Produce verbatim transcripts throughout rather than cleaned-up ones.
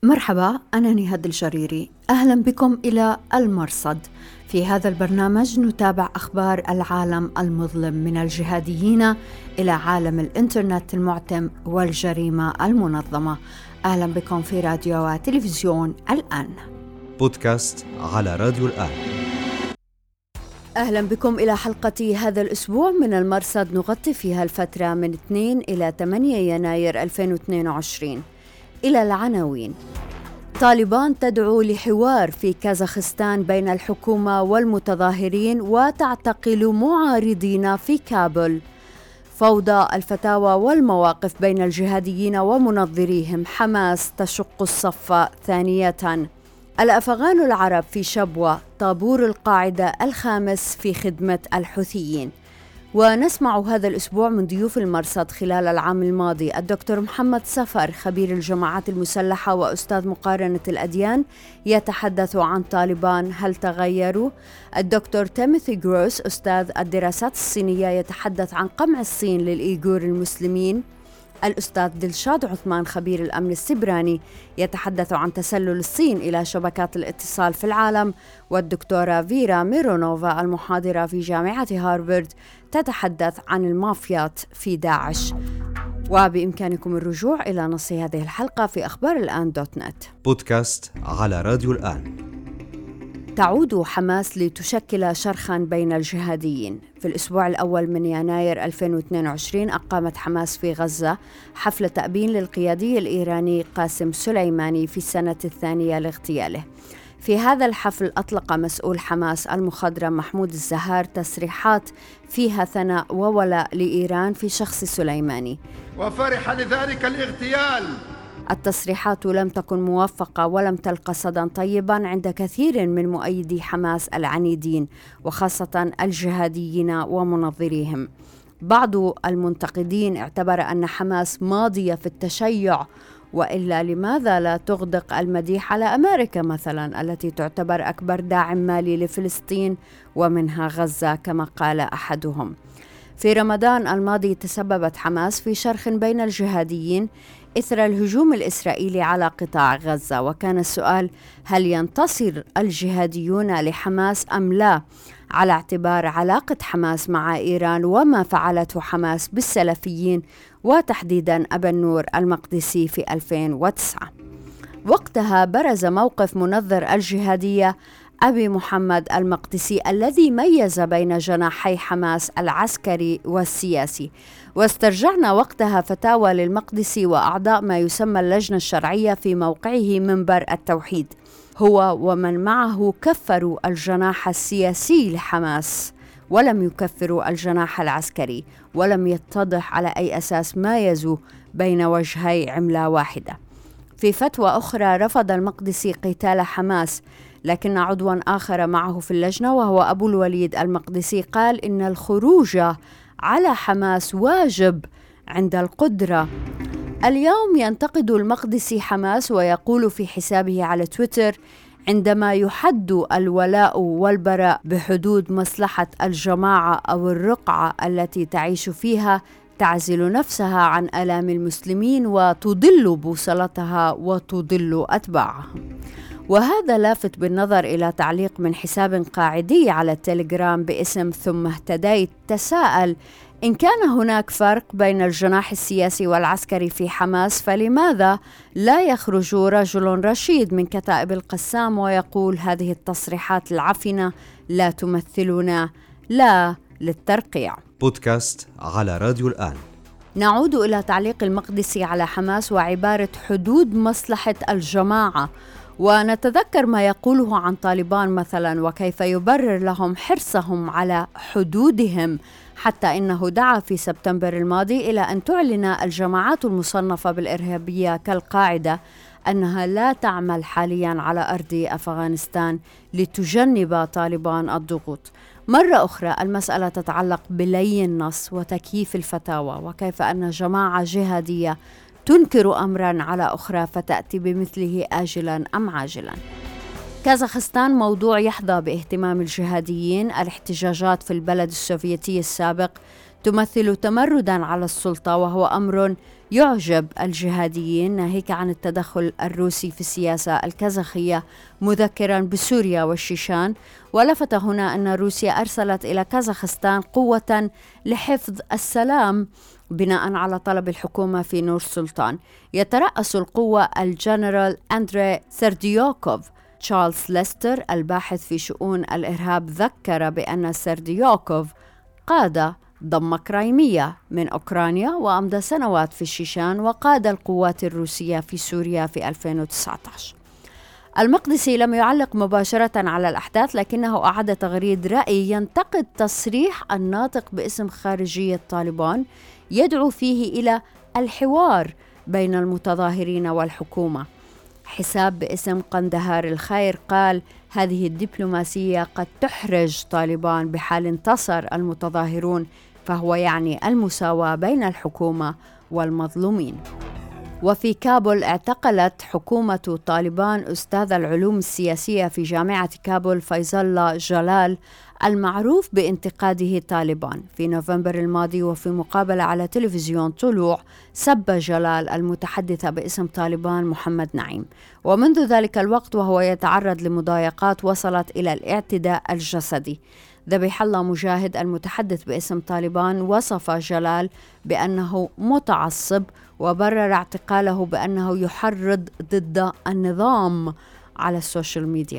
مرحبا، أنا نهاد الجريري. أهلا بكم إلى المرصد. في هذا البرنامج نتابع أخبار العالم المظلم من الجهاديين إلى عالم الإنترنت المعتم والجريمة المنظمة. أهلا بكم في راديو وتلفزيون الآن. بودكاست على راديو الآن. أهلا بكم إلى حلقة هذا الأسبوع من المرصد، نغطي فيها الفترة من اثنين إلى ثمانية يناير ألفين واثنين وعشرين. إلى العناوين: طالبان تدعو لحوار في كازاخستان بين الحكومة والمتظاهرين وتعتقل معارضين في كابول. فوضى الفتاوى والمواقف بين الجهاديين ومنظريهم. حماس تشق الصف ثانية. الأفغان العرب في شبوة. طابور القاعدة الخامس في خدمة الحوثيين. ونسمع هذا الأسبوع من ضيوف المرصد خلال العام الماضي الدكتور محمد سفر، خبير الجماعات المسلحة وأستاذ مقارنة الأديان، يتحدث عن طالبان هل تغيروا؟ الدكتور تيموثي غروس، أستاذ الدراسات الصينية، يتحدث عن قمع الصين للإيغور المسلمين. الأستاذ دلشاد عثمان، خبير الأمن السبراني، يتحدث عن تسلل الصين إلى شبكات الاتصال في العالم. والدكتورة فيرا ميرونوفا، المحاضرة في جامعة هارفارد، تتحدث عن المافيات في داعش. وبإمكانكم الرجوع إلى نص هذه الحلقة في أخبار الآن دوت نت. بودكاست على راديو الآن. تعود حماس لتشكل شرخاً بين الجهاديين. في الأسبوع الأول من يناير ألفين واثنين وعشرين أقامت حماس في غزة حفل تأبين للقيادي الإيراني قاسم سليماني في السنة الثانية لاغتياله. في هذا الحفل أطلق مسؤول حماس المخضرم محمود الزهار تصريحات فيها ثناء وولاء لإيران في شخص سليماني، وفرح لذلك الاغتيال. التصريحات لم تكن موفقة ولم تلقى صدى طيبا عند كثير من مؤيدي حماس العنيدين، وخاصة الجهاديين ومنظريهم. بعض المنتقدين اعتبر أن حماس ماضية في التشيع، وإلا لماذا لا تغدق المديح على أمريكا مثلا، التي تعتبر أكبر داعم مالي لفلسطين ومنها غزة كما قال أحدهم. في رمضان الماضي تسببت حماس في شرخ بين الجهاديين إثر الهجوم الإسرائيلي على قطاع غزة، وكان السؤال: هل ينتصر الجهاديون لحماس أم لا؟ على اعتبار علاقة حماس مع إيران وما فعلته حماس بالسلفيين وتحديدا أبا النور المقدسي في ألفين وتسعة. وقتها برز موقف منظر الجهادية أبي محمد المقدسي الذي ميز بين جناحي حماس العسكري والسياسي، واسترجعنا وقتها فتاوى للمقدسي وأعضاء ما يسمى اللجنة الشرعية في موقعه منبر التوحيد. هو ومن معه كفروا الجناح السياسي لحماس ولم يكفروا الجناح العسكري، ولم يتضح على أي أساس مايزوا بين وجهي عملة واحدة. في فتوى أخرى رفض المقدسي قتال حماس، لكن عضوا آخر معه في اللجنة وهو أبو الوليد المقدسي قال إن الخروج على حماس واجب عند القدرة. اليوم ينتقد المقدسي حماس ويقول في حسابه على تويتر: عندما يحد الولاء والبراء بحدود مصلحة الجماعة أو الرقعة التي تعيش فيها، تعزل نفسها عن آلام المسلمين وتضل بوصلتها وتضل أتباعهم. وهذا لافت بالنظر إلى تعليق من حساب قاعدي على التليجرام باسم ثم اهتديت، تساءل: إن كان هناك فرق بين الجناح السياسي والعسكري في حماس، فلماذا لا يخرج رجل رشيد من كتائب القسام ويقول هذه التصريحات العفنة لا تمثلنا، لا للترقيع. بودكاست على راديو الآن. نعود إلى تعليق المقدسي على حماس وعبارة حدود مصلحة الجماعة، ونتذكر ما يقوله عن طالبان مثلا، وكيف يبرر لهم حرصهم على حدودهم، حتى إنه دعا في سبتمبر الماضي إلى أن تعلن الجماعات المصنفة بالإرهابية كالقاعدة أنها لا تعمل حاليا على أرض أفغانستان لتجنب طالبان الضغوط. مرة أخرى المسألة تتعلق بلي النص وتكييف الفتاوى، وكيف أن جماعة جهادية تنكر أمرا على أخرى فتأتي بمثله آجلا أم عاجلا. كازاخستان موضوع يحظى باهتمام الجهاديين. الاحتجاجات في البلد السوفيتي السابق تمثل تمردا على السلطة، وهو أمر يعجب الجهاديين ناهيك عن التدخل الروسي في السياسة الكازاخية، مذكرا بسوريا والشيشان. ولفت هنا أن روسيا أرسلت إلى كازاخستان قوة لحفظ السلام بناء على طلب الحكومة في نور سلطان. يترأس القوة الجنرال أندري سرديوكوف. تشارلز ليستر الباحث في شؤون الإرهاب ذكر بأن سرديوكوف قاد ضم كرايمية من أوكرانيا وأمضى سنوات في الشيشان وقاد القوات الروسية في سوريا في ألفين وتسعة عشر. المقدسي لم يعلق مباشرة على الأحداث، لكنه أعاد تغريد رأي ينتقد تصريح الناطق باسم خارجية طالبان يدعو فيه إلى الحوار بين المتظاهرين والحكومة. حساب باسم قندهار الخير قال: هذه الدبلوماسية قد تحرج طالبان بحال انتصر المتظاهرون، فهو يعني المساواة بين الحكومة والمظلومين. وفي كابول اعتقلت حكومة طالبان أستاذ العلوم السياسية في جامعة كابول فيصل الله جلال المعروف بانتقاده طالبان في نوفمبر الماضي. وفي مقابلة على تلفزيون طلوع سب جلال المتحدث باسم طالبان محمد نعيم، ومنذ ذلك الوقت وهو يتعرض لمضايقات وصلت إلى الاعتداء الجسدي. ذبيح الله مجاهد المتحدث باسم طالبان وصف جلال بأنه متعصب وبرر اعتقاله بأنه يحرض ضد النظام على السوشيال ميديا.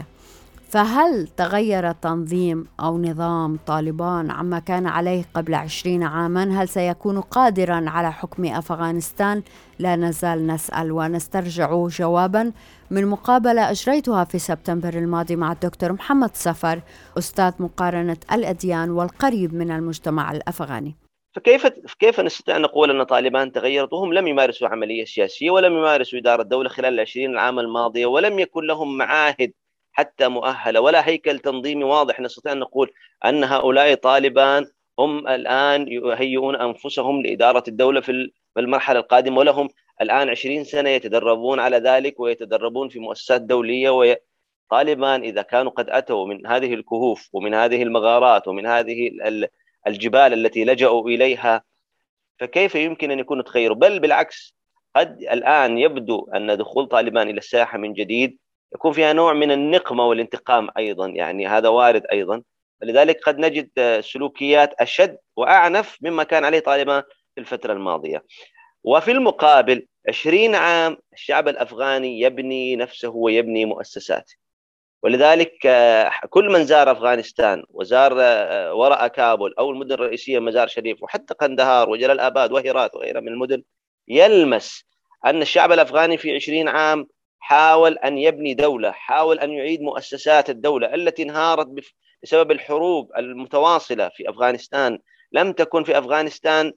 فهل تغير تنظيم أو نظام طالبان عما كان عليه قبل عشرين عاما؟ هل سيكون قادرا على حكم أفغانستان؟ لا نزال نسأل ونسترجع جوابا من مقابلة أجريتها في سبتمبر الماضي مع الدكتور محمد سفر، أستاذ مقارنة الأديان والقريب من المجتمع الأفغاني. فكيف كيف نستطيع أن نقول أن طالبان تغيرت وهم لم يمارسوا عملية سياسية ولم يمارسوا إدارة دولة خلال العشرين العام الماضية، ولم يكن لهم معاهد حتى مؤهلة ولا هيكل تنظيمي واضح نستطيع أن نقول أن هؤلاء طالبان هم الآن يهيئون أنفسهم لإدارة الدولة في المرحلة القادمة، ولهم الآن عشرين سنة يتدربون على ذلك ويتدربون في مؤسسات دولية. وي... طالبان إذا كانوا قد أتوا من هذه الكهوف ومن هذه المغارات ومن هذه الجبال التي لجأوا إليها، فكيف يمكن أن يكونوا تغيروا؟ بل بالعكس، قد الآن يبدو أن دخول طالبان إلى الساحة من جديد يكون فيها نوع من النقمة والانتقام أيضا، يعني هذا وارد أيضا. لذلك قد نجد سلوكيات أشد وأعنف مما كان عليه طالبان في الفترة الماضية. وفي المقابل عشرين عام الشعب الأفغاني يبني نفسه ويبني مؤسساته، ولذلك كل من زار أفغانستان وزار وراء كابول أو المدن الرئيسية مزار شريف وحتى قندهار وجلال آباد وهرات وغيرها من المدن يلمس أن الشعب الأفغاني في عشرين عام حاول أن يبني دولة، حاول أن يعيد مؤسسات الدولة التي انهارت بسبب الحروب المتواصلة في أفغانستان. لم تكن في أفغانستان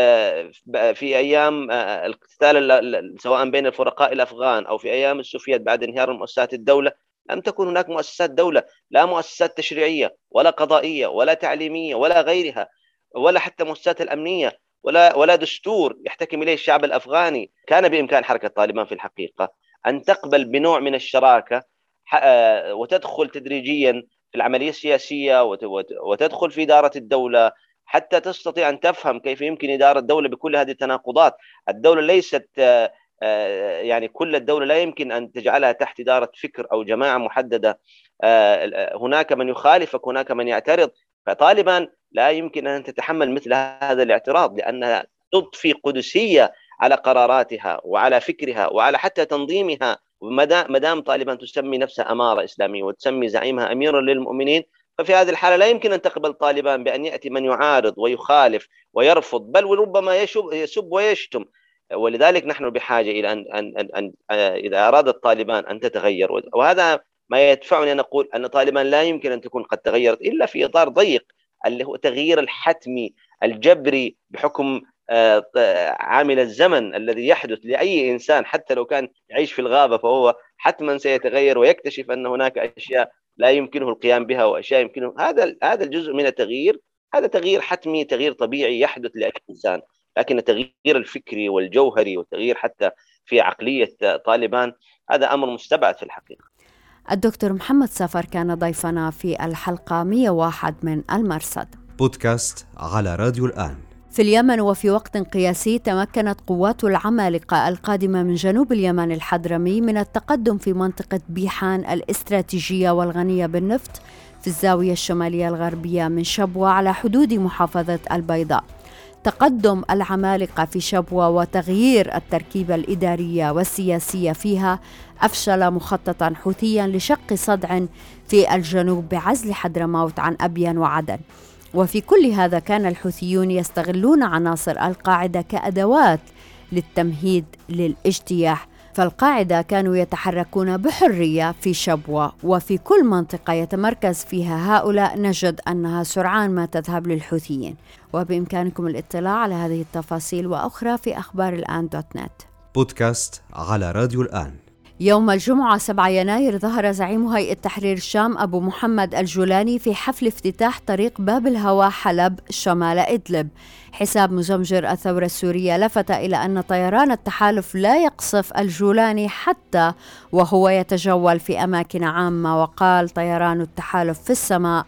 في أيام الاقتتال سواء بين الفرقاء الأفغان أو في أيام السوفيات بعد انهيار مؤسسات الدولة، لم تكن هناك مؤسسات دولة، لا مؤسسات تشريعية ولا قضائية ولا تعليمية ولا غيرها، ولا حتى مؤسسات الأمنية، ولا ولا دستور يحتكم إليه الشعب الأفغاني. كان بإمكان حركة طالبان في الحقيقة أن تقبل بنوع من الشراكة وتدخل تدريجيا في العملية السياسية وتدخل في إدارة الدولة حتى تستطيع أن تفهم كيف يمكن إدارة الدولة بكل هذه التناقضات. الدولة ليست يعني كل الدولة لا يمكن أن تجعلها تحت إدارة فكر أو جماعة محددة، هناك من يخالفك، هناك من يعترض. فطالبان لا يمكن أن تتحمل مثل هذا الاعتراض لأنها تضفي قدسية على قراراتها وعلى فكرها وعلى حتى تنظيمها. ما دام طالبان تسمي نفسها أمارة إسلامية وتسمي زعيمها أميرا للمؤمنين، ففي هذه الحالة لا يمكن أن تقبل طالبان بأن يأتي من يعارض ويخالف ويرفض بل وربما يسب ويشتم. ولذلك نحن بحاجة إلى أن, أن, أن, أن إذا أرادت طالبان أن تتغير، وهذا ما يدفعني أن أقول أن طالبان لا يمكن أن تكون قد تغيرت إلا في إطار ضيق اللي هو تغيير الحتمي الجبري بحكم عامل الزمن الذي يحدث لأي إنسان حتى لو كان يعيش في الغابة، فهو حتما سيتغير ويكتشف أن هناك أشياء لا يمكنه القيام بها وأشياء يمكنه. هذا هذا الجزء من التغيير، هذا تغيير حتمي، تغيير طبيعي يحدث لأي إنسان. لكن التغيير الفكري والجوهري والتغيير حتى في عقلية طالبان هذا أمر مستبعد في الحقيقة. الدكتور محمد سفر كان ضيفنا في الحلقة مئة وواحد من المرصد بودكاست على راديو الآن. في اليمن وفي وقت قياسي تمكنت قوات العمالقة القادمة من جنوب اليمن الحضرمي من التقدم في منطقة بيحان الاستراتيجية والغنية بالنفط في الزاوية الشمالية الغربية من شبوة على حدود محافظة البيضاء. تقدم العمالقة في شبوة وتغيير التركيبة الإدارية والسياسية فيها أفشل مخططاً حوثياً لشق صدع في الجنوب بعزل حضرموت عن أبين وعدن. وفي كل هذا كان الحوثيون يستغلون عناصر القاعدة كأدوات للتمهيد للاجتياح، فالقاعدة كانوا يتحركون بحرية في شبوة، وفي كل منطقة يتمركز فيها هؤلاء نجد أنها سرعان ما تذهب للحوثيين. وبإمكانكم الاطلاع على هذه التفاصيل وأخرى في أخبار الآن دوت نت. بودكاست على راديو الآن. يوم الجمعة سبعة يناير ظهر زعيم هيئة تحرير الشام أبو محمد الجولاني في حفل افتتاح طريق باب الهوى حلب شمال إدلب. حساب مزمجر الثورة السورية لفت إلى أن طيران التحالف لا يقصف الجولاني حتى وهو يتجول في أماكن عامة، وقال طيران التحالف في السماء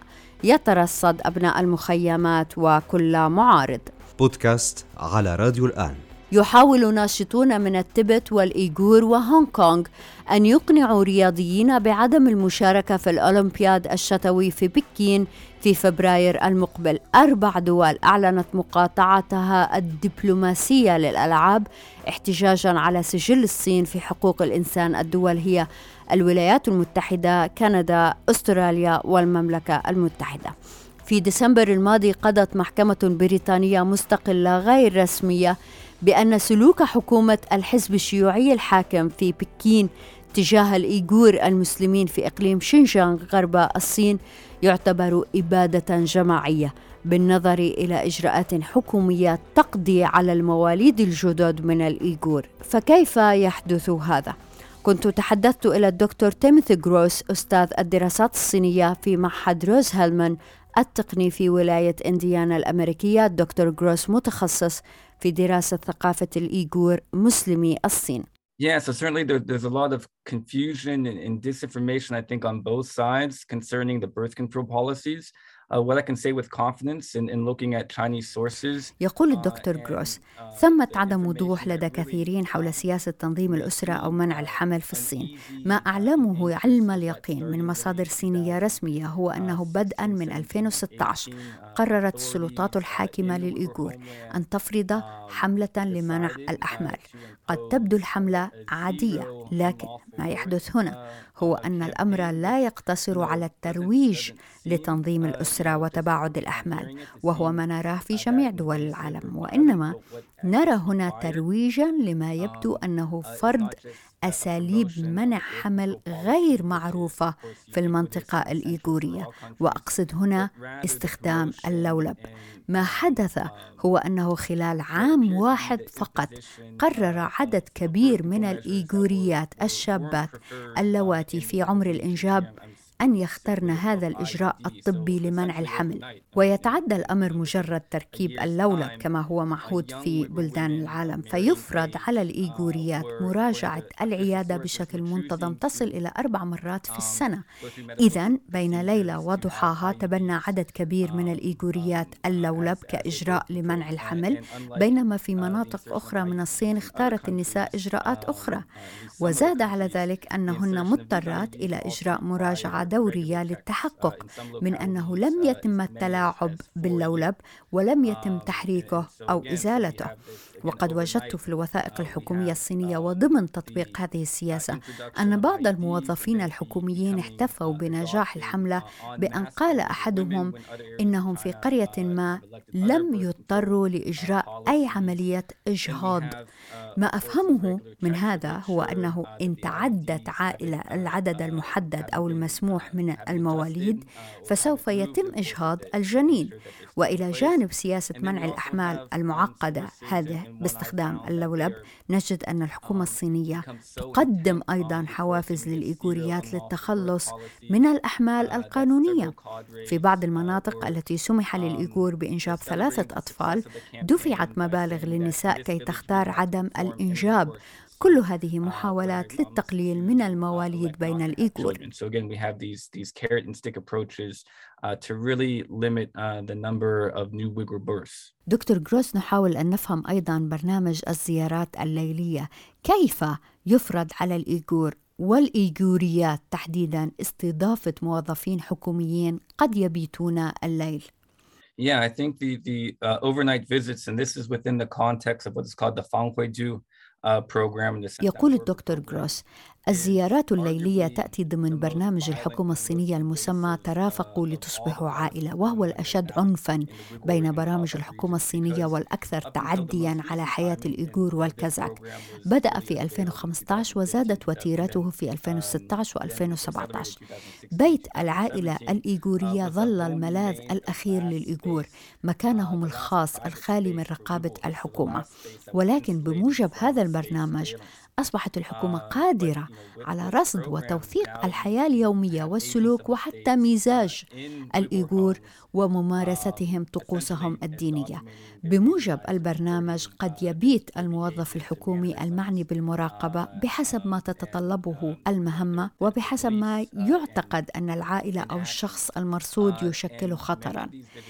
يترصد أبناء المخيمات وكل معارض. بودكاست على راديو الآن. يحاول ناشطون من التبت والإيغور وهونغ كونغ أن يقنعوا رياضيين بعدم المشاركة في الأولمبياد الشتوي في بكين في فبراير المقبل. أربع دول أعلنت مقاطعتها الدبلوماسية للألعاب احتجاجاً على سجل الصين في حقوق الإنسان. الدول هي الولايات المتحدة، كندا، أستراليا والمملكة المتحدة. في ديسمبر الماضي قضت محكمة بريطانية مستقلة غير رسمية بأن سلوك حكومة الحزب الشيوعي الحاكم في بكين تجاه الإيغور المسلمين في إقليم شينجيانغ غرب الصين يعتبر إبادة جماعية بالنظر إلى إجراءات حكومية تقضي على المواليد الجدد من الإيغور. فكيف يحدث هذا؟ كنت تحدثت إلى الدكتور تيموثي غروس أستاذ الدراسات الصينية في معهد روز هيلمان التقني في ولاية إنديانا الأمريكية. الدكتور غروس متخصص في دراسة ثقافة الإيغور مسلمي الصين. Yeah, so certainly there, there's a lot of confusion and, and disinformation, I think, on both sides concerning the birth control policies. Uh, what I can say with confidence in, in looking at Chinese sources. يقول الدكتور غروس: ثمة عدم وضوح لدى كثيرين حول سياسة تنظيم الأسرة أو منع الحمل في الصين. ما أعلمه علم اليقين من مصادر صينية رسمية هو أنه بدءا من ألفين وستة عشر قررت السلطات الحاكمة للإيغور أن تفرض حملة لمنع الأحمال. قد تبدو الحملة عادية، لكن ما يحدث هنا هو أن الأمر لا يقتصر على الترويج لتنظيم الأسرة وتباعد الأحمال، وهو ما نراه في جميع دول العالم، وإنما نرى هنا ترويجا لما يبدو أنه فرض أساليب منع حمل غير معروفة في المنطقة الإيغورية، وأقصد هنا استخدام اللولب. ما حدث هو أنه خلال عام واحد فقط قرر عدد كبير من الإيغوريات الشابات اللواتي في عمر الإنجاب أن يخترن هذا الإجراء الطبي لمنع الحمل، ويتعدى الأمر مجرد تركيب اللولب كما هو معهود في بلدان العالم، فيفرض على الإيغوريات مراجعة العيادة بشكل منتظم تصل إلى أربع مرات في السنة. إذن بين ليلة وضحاها تبنى عدد كبير من الإيغوريات اللولب كإجراء لمنع الحمل، بينما في مناطق أخرى من الصين اختارت النساء إجراءات أخرى. وزاد على ذلك أنهن مضطرات إلى إجراء مراجعة دورية للتحقق من أنه لم يتم التلاعب باللولب ولم يتم تحريكه أو إزالته. وقد وجدت في الوثائق الحكومية الصينية وضمن تطبيق هذه السياسة أن بعض الموظفين الحكوميين احتفوا بنجاح الحملة بأن قال أحدهم إنهم في قرية ما لم يضطروا لإجراء أي عملية إجهاض. ما أفهمه من هذا هو أنه إن تعدت عائلة العدد المحدد أو المسموح من المواليد فسوف يتم إجهاض الجنين. وإلى جانب سياسة منع الأحمال المعقدة هذه باستخدام اللولب، نجد أن الحكومة الصينية تقدم أيضا حوافز للإيغوريات للتخلص من الأحمال القانونية. في بعض المناطق التي سمح للإيغور بإنجاب ثلاثة أطفال دفعت مبالغ للنساء كي تختار عدم الإنجاب، كل هذه محاولات للتقليل من المواليد بين الإيغور. So again, we have these these carrot and stick approaches uh, to really limit uh, the number of new Uyghur births. دكتور غروس، نحاول أن نفهم أيضاً برنامج الزيارات الليلية، كيف يفرض على الإيغور والإيغوريات تحديداً استضافة موظفين حكوميين قد يبيتون الليل. Yeah, I think the the uh, overnight visits, and this is within the context of what is called the Fanghuidu uh, program. يقول الدكتور غروس: الزيارات الليلية تأتي ضمن برنامج الحكومة الصينية المسمى ترافقوا لتصبحوا عائلة، وهو الأشد عنفاً بين برامج الحكومة الصينية والأكثر تعدياً على حياة الإيغور والكازاك. بدأ في ألفين وخمسة عشر وزادت وتيرته في ألفين وستة عشر وألفين وسبعة عشر. بيت العائلة الإيغورية ظل الملاذ الأخير للإيغور، مكانهم الخاص الخالي من رقابة الحكومة. ولكن بموجب هذا البرنامج أصبحت الحكومة قادرة على رصد وتوثيق الحياة اليومية والسلوك وحتى مزاج الإيغور وممارستهم طقوسهم الدينية. بموجب البرنامج قد يبيت الموظف الحكومي المعني بالمراقبة بحسب ما تتطلبه المهمة وبحسب ما يعتقد أن العائلة أو الشخص المرصود يشكل خطراً.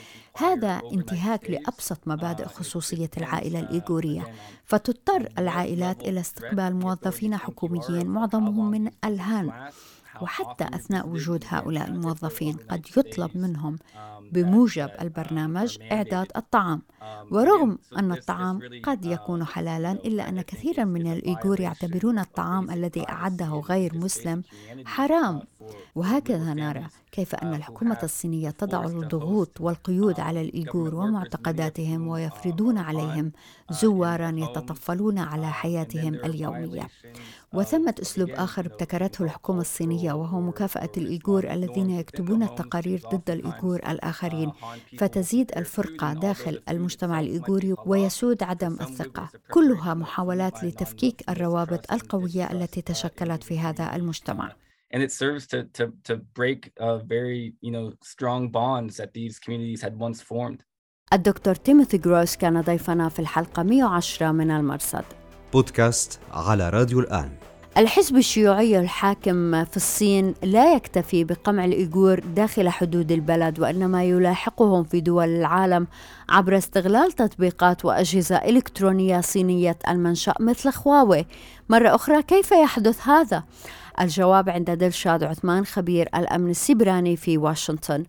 هذا انتهاك لأبسط مبادئ خصوصية العائلة الإيغورية، فتضطر العائلات إلى استقبال موظفين حكوميين معظمهم من الهان. وحتى أثناء وجود هؤلاء الموظفين قد يطلب منهم بموجب البرنامج إعداد الطعام، ورغم أن الطعام قد يكون حلالاً إلا أن كثيراً من الإيغور يعتبرون الطعام الذي أعده غير مسلم حرام. وهكذا نرى كيف أن الحكومة الصينية تضع الضغوط والقيود على الإيغور ومعتقداتهم، ويفرضون عليهم زواراً يتطفلون على حياتهم اليومية. وثمة أسلوب آخر ابتكرته الحكومة الصينية، وهو مكافأة الإيغور الذين يكتبون التقارير ضد الإيغور الآخرين، فتزيد الفرقة داخل المجتمع الإيغوري ويسود عدم الثقة. كلها محاولات لتفكيك الروابط القوية التي تشكلت في هذا المجتمع. And it serves to to to break uh, very you know strong bonds that these communities had once formed. الدكتور تيموثي غروس كان ضيفنا في الحلقة مئة وعشرة من المرصد بودكاست على راديو الآن. الحزب الشيوعي الحاكم في الصين لا يكتفي بقمع الإيغور داخل حدود البلد، وإنما يلاحقهم في دول العالم عبر استغلال تطبيقات وأجهزة إلكترونية صينية المنشأ مثل خواوي. مرة أخرى، كيف يحدث هذا؟ الجواب عند دلشاد عثمان، خبير الأمن السيبراني في واشنطن.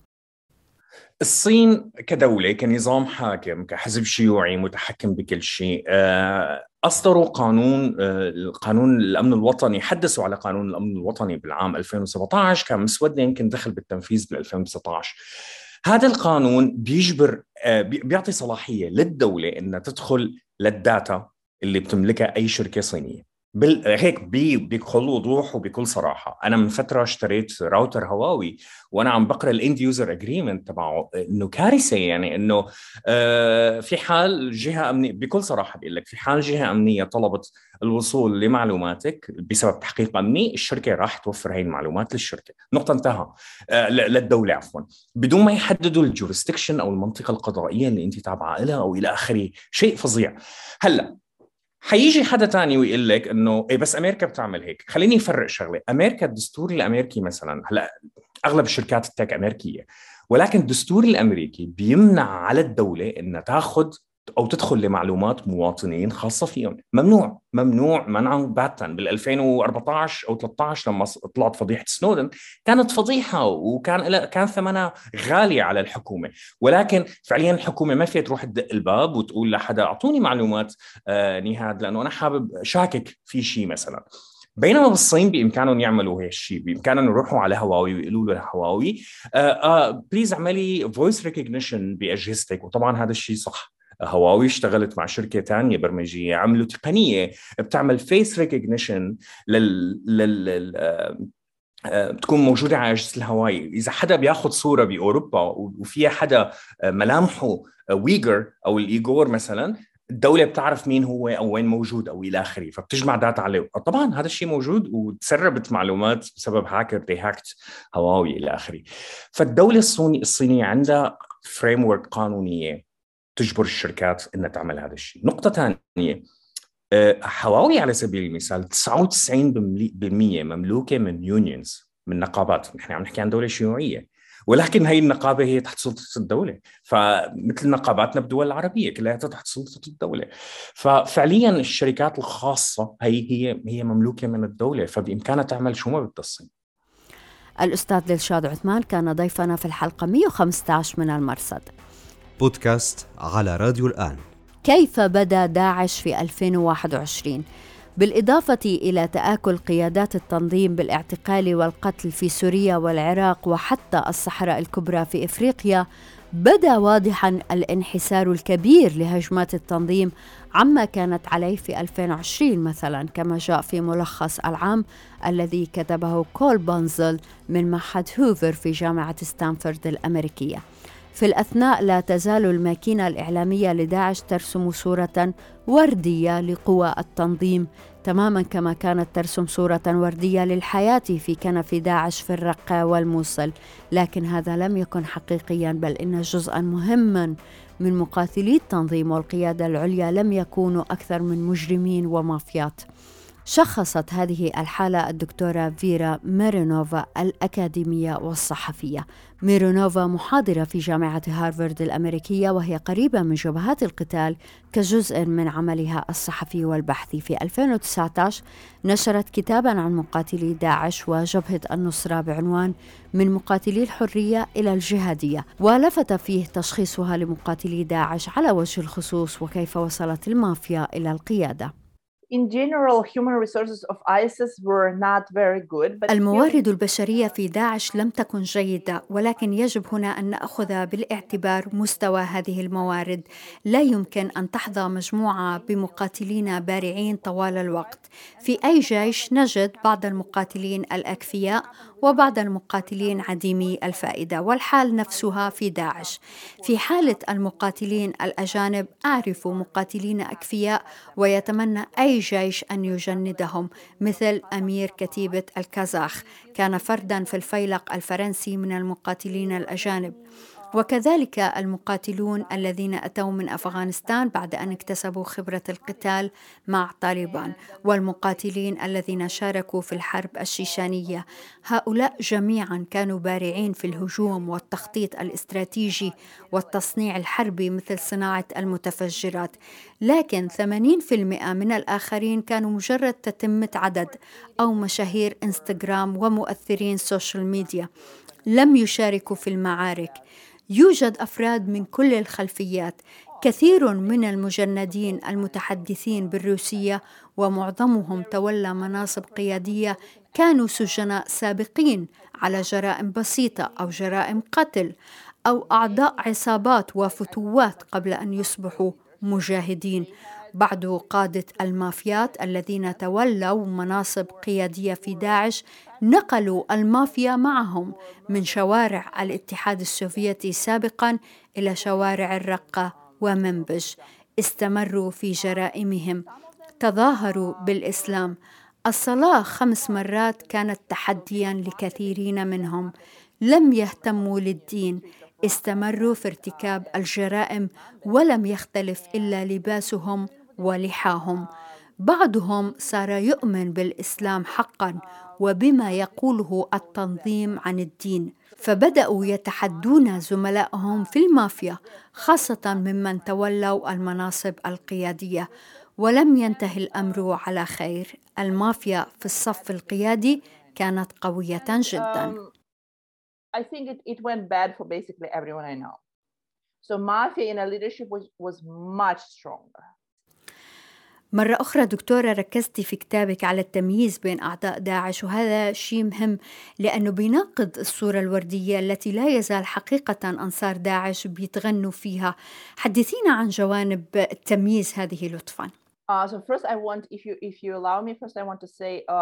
الصين كدولة، كنظام حاكم، كحزب شيوعي متحكم بكل شيء، أصدروا قانون قانون الأمن الوطني، حدثوا على قانون الأمن الوطني بالعام ألفين وسبعة عشر، كان مسودة يمكن دخل بالتنفيذ بال ألفين وتسعة عشر. هذا القانون بيجبر بيعطي صلاحية للدولة إنها تدخل للداتا اللي بتملكها أي شركة صينية. بال... هيك بي... بكل وضوح وبكل صراحة. أنا من فترة اشتريت راوتر هواوي وأنا عم بقرأ الاند يوزر اجريمنت تبعه، إنه كارثة. يعني إنه آه في حال جهة أمنية، بكل صراحة بقول لك، في حال جهة أمنية طلبت الوصول لمعلوماتك بسبب تحقيق أمني، الشركة راح توفر هاي المعلومات للشركة. نقطة، انتهى. آه للدولة عفوا، بدون ما يحددوا الجوريستيكشن أو المنطقة القضائية اللي أنت تابعة لها أو إلى آخره. شيء فظيع. هلأ حيجي حدا تاني ويقول لك انه ايه بس امريكا بتعمل هيك. خليني افرق شغله. امريكا الدستور الامريكي مثلا، هلا اغلب الشركات التك امريكيه، ولكن الدستور الامريكي بيمنع على الدوله انها تاخذ او تدخل لمعلومات مواطنين خاصه فيهم. ممنوع ممنوع منعا باتا. بال ألفين وأربعة عشر او ثلاثة عشر لما طلعت فضيحه سنودن كانت فضيحه، وكان كان ثمنها غالي على الحكومه، ولكن فعليا الحكومه ما فيها تروح تدق الباب وتقول لحدا اعطوني معلومات آه نهاد لانه انا حابب شاكك في شيء مثلا. بينما بالصين بإمكانهم يعملوا هالشيء، بإمكانهم يروحوا على هواوي ويقولوا له هواوي آه آه بليز اعملي فويس ريكوجنيشن بأجهزتك. وطبعا هذا الشيء صح. هواوي اشتغلت مع شركة تانية برمجية، عملوا تقنية بتعمل فيس ريكوجنيشن لل... لل... لل... آه... بتكون موجودة على أجهزة الهواوي. إذا حدا بياخد صورة بأوروبا وفيها حدا ملامحه ويغر أو الإيغور مثلا، الدولة بتعرف مين هو أو وين موجود أو إلى آخره، فبتجمع داتا عليه. طبعا هذا الشيء موجود وتسربت معلومات بسبب هاكر دي هاكت هواوي إلى آخره. فالدولة الصينية الصينية عندها فريم ورك قانونية تجبر الشركات إنها تعمل هذا الشيء. نقطة ثانية، حواوي على سبيل المثال تسعة وتسعين بالمئة مملوكة من يونيونز، من نقابات. نحن عم نحكي عن دولة شيوعية، ولكن هي النقابة هي تحت سلطة الدولة، فمثل نقاباتنا بالدول العربية كلها تحت سلطة الدولة. ففعليا الشركات الخاصة هي هي هي مملوكة من الدولة، فبإمكانها تعمل شو ما بدها الصين. الأستاذ دلشاد عثمان كان ضيفنا في الحلقة مئة وخمسة عشر من المرصد بودكاست على راديو الآن. كيف بدأ داعش في ألفين وواحد وعشرين؟ بالإضافة إلى تآكل قيادات التنظيم بالاعتقال والقتل في سوريا والعراق وحتى الصحراء الكبرى في إفريقيا، بدأ واضحاً الانحسار الكبير لهجمات التنظيم عما كانت عليه في ألفين وعشرين مثلاً، كما جاء في ملخص العام الذي كتبه كول بونزل من معهد هوفر في جامعة ستانفورد الأمريكية. في الأثناء لا تزال الماكينة الإعلامية لداعش ترسم صورة وردية لقوى التنظيم، تماماً كما كانت ترسم صورة وردية للحياة في كنف داعش في الرقة والموصل، لكن هذا لم يكن حقيقياً، بل إن جزءاً مهماً من مقاتلي التنظيم والقيادة العليا لم يكونوا أكثر من مجرمين ومافيات. شخصت هذه الحالة الدكتورة فيرا ميرونوفا الأكاديمية والصحفية. ميرونوفا محاضرة في جامعة هارفارد الأمريكية، وهي قريبة من جبهات القتال كجزء من عملها الصحفي والبحثي. في ألفين وتسعة عشر نشرت كتاباً عن مقاتلي داعش وجبهة النصرة بعنوان من مقاتلي الحرية إلى الجهادية، ولفت فيه تشخيصها لمقاتلي داعش على وجه الخصوص وكيف وصلت المافيا إلى القيادة. In general, human resources of ISIS were not very good, but الموارد البشرية في داعش لم تكن جيدة، ولكن يجب هنا أن نأخذ بالاعتبار مستوى هذه الموارد. لا يمكن أن تحظى مجموعة بمقاتلين بارعين طوال الوقت. في أي جيش نجد بعض المقاتلين الأكفياء وبعض المقاتلين عديمي الفائدة، والحال نفسها في داعش. في حالة المقاتلين الأجانب أعرف مقاتلين أكفياء ويتمنى أي جيش أن يجندهم، مثل أمير كتيبة الكازاخ، كان فرداً في الفيلق الفرنسي من المقاتلين الأجانب. وكذلك المقاتلون الذين أتوا من أفغانستان بعد أن اكتسبوا خبرة القتال مع طالبان، والمقاتلين الذين شاركوا في الحرب الشيشانية، هؤلاء جميعا كانوا بارعين في الهجوم والتخطيط الاستراتيجي والتصنيع الحربي مثل صناعة المتفجرات. لكن ثمانين بالمئة من الآخرين كانوا مجرد تتمة عدد أو مشاهير إنستغرام ومؤثرين سوشيال ميديا، لم يشاركوا في المعارك. يوجد أفراد من كل الخلفيات، كثير من المجندين المتحدثين بالروسية ومعظمهم تولى مناصب قيادية كانوا سجناء سابقين على جرائم بسيطة أو جرائم قتل أو أعضاء عصابات وفتوات قبل أن يصبحوا مجاهدين. بعض قادة المافيات الذين تولوا مناصب قيادية في داعش نقلوا المافيا معهم من شوارع الاتحاد السوفيتي سابقاً إلى شوارع الرقة ومنبج. استمروا في جرائمهم، تظاهروا بالإسلام. الصلاة خمس مرات كانت تحدياً لكثيرين منهم. لم يهتموا للدين، استمروا في ارتكاب الجرائم، ولم يختلف إلا لباسهم ولحاهم. بعضهم صار يؤمن بالإسلام حقاً وبما يقوله التنظيم عن الدين، فبدأوا يتحدون زملائهم في المافيا، خاصة ممن تولوا المناصب القيادية. ولم ينتهي الأمر على خير. المافيا في الصف القيادي كانت قوية جداً. um, I think it, it went bad for basically everyone I know. So mafia in a leadership was, was much stronger. مرة أخرى دكتورة ركزتي في كتابك على التمييز بين أعضاء داعش، وهذا شيء مهم لأنه بيناقض الصورة الوردية التي لا يزال حقيقة أنصار داعش بيتغنوا فيها. حدثينا عن جوانب التمييز هذه لطفاً. Uh, so first I want, if you if you allow me, first I want to say uh,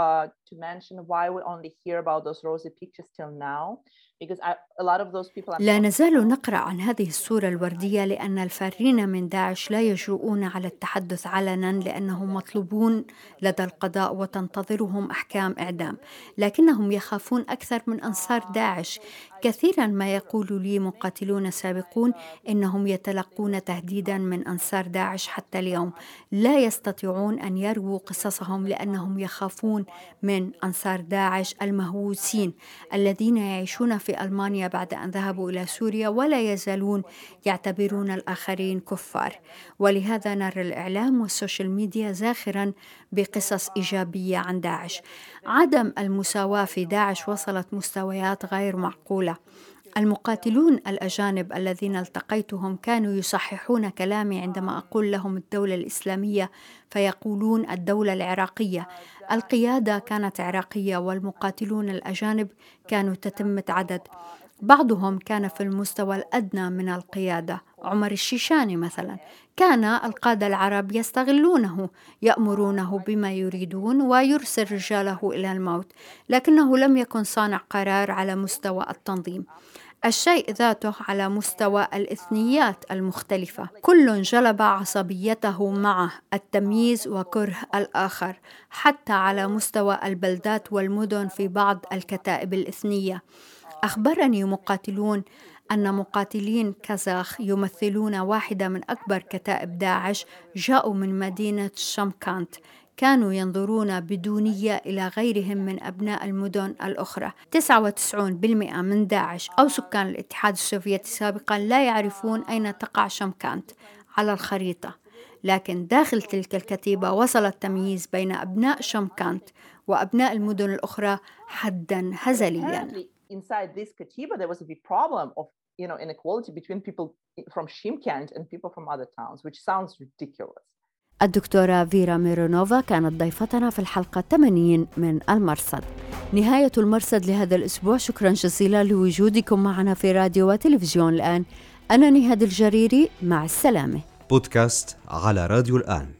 to mention why we only hear about those rosy pictures till now. Because I, a lot of those people. لا نزال نقرأ عن هذه الصورة الوردية لأن الفارين من داعش لا يجرؤون على التحدث علنا لأنهم مطلوبون لدى القضاء وتنتظرهم أحكام إعدام، لكنهم يخافون أكثر من أنصار داعش. كثيرا ما يقول لي مقاتلون سابقون إنهم يتلقون تهديدا من أنصار داعش حتى اليوم، لا يستطيعون أن يرووا قصصهم لأنهم يخافون من أنصار داعش المهووسين الذين يعيشون في ألمانيا بعد أن ذهبوا إلى سوريا ولا يزالون يعتبرون الآخرين كفار. ولهذا نرى الإعلام والسوشيال ميديا زاخرا بقصص إيجابية عن داعش. عدم المساواة في داعش وصلت مستويات غير معقولة. المقاتلون الأجانب الذين التقيتهم كانوا يصححون كلامي عندما أقول لهم الدولة الإسلامية فيقولون الدولة العراقية. القيادة كانت عراقية والمقاتلون الأجانب كانوا تتمة عدد. بعضهم كان في المستوى الأدنى من القيادة. عمر الشيشاني مثلا كان القادة العرب يستغلونه، يأمرونه بما يريدون ويرسل رجاله إلى الموت، لكنه لم يكن صانع قرار على مستوى التنظيم. الشيء ذاته على مستوى الإثنيات المختلفة، كل جلب عصبيته معه، التمييز وكره الآخر، حتى على مستوى البلدات والمدن في بعض الكتائب الإثنية. أخبرني مقاتلون أن مقاتلين كازاخ يمثلون واحدة من أكبر كتائب داعش جاءوا من مدينة شمكانت، كانوا ينظرون بدونية إلى غيرهم من أبناء المدن الأخرى. تسعة وتسعين بالمئة من داعش أو سكان الاتحاد السوفيتي سابقا لا يعرفون أين تقع شمكانت على الخريطة، لكن داخل تلك الكتيبة وصل التمييز بين أبناء شمكانت وأبناء المدن الأخرى حدا هزليا. Inside this Katiba, there was a big problem of, you know, inequality between people from Shymkent and people from other towns, which sounds ridiculous. الدكتورة فيرا ميرونوفا كانت ضيفتنا في الحلقة ثمانين من المرصد. نهاية المرصد لهذا الأسبوع. شكرا جزيلا لوجودكم معنا في راديو وتلفزيون الآن. أنا نهاد الجريري، مع السلامة. بودكاست على راديو الآن.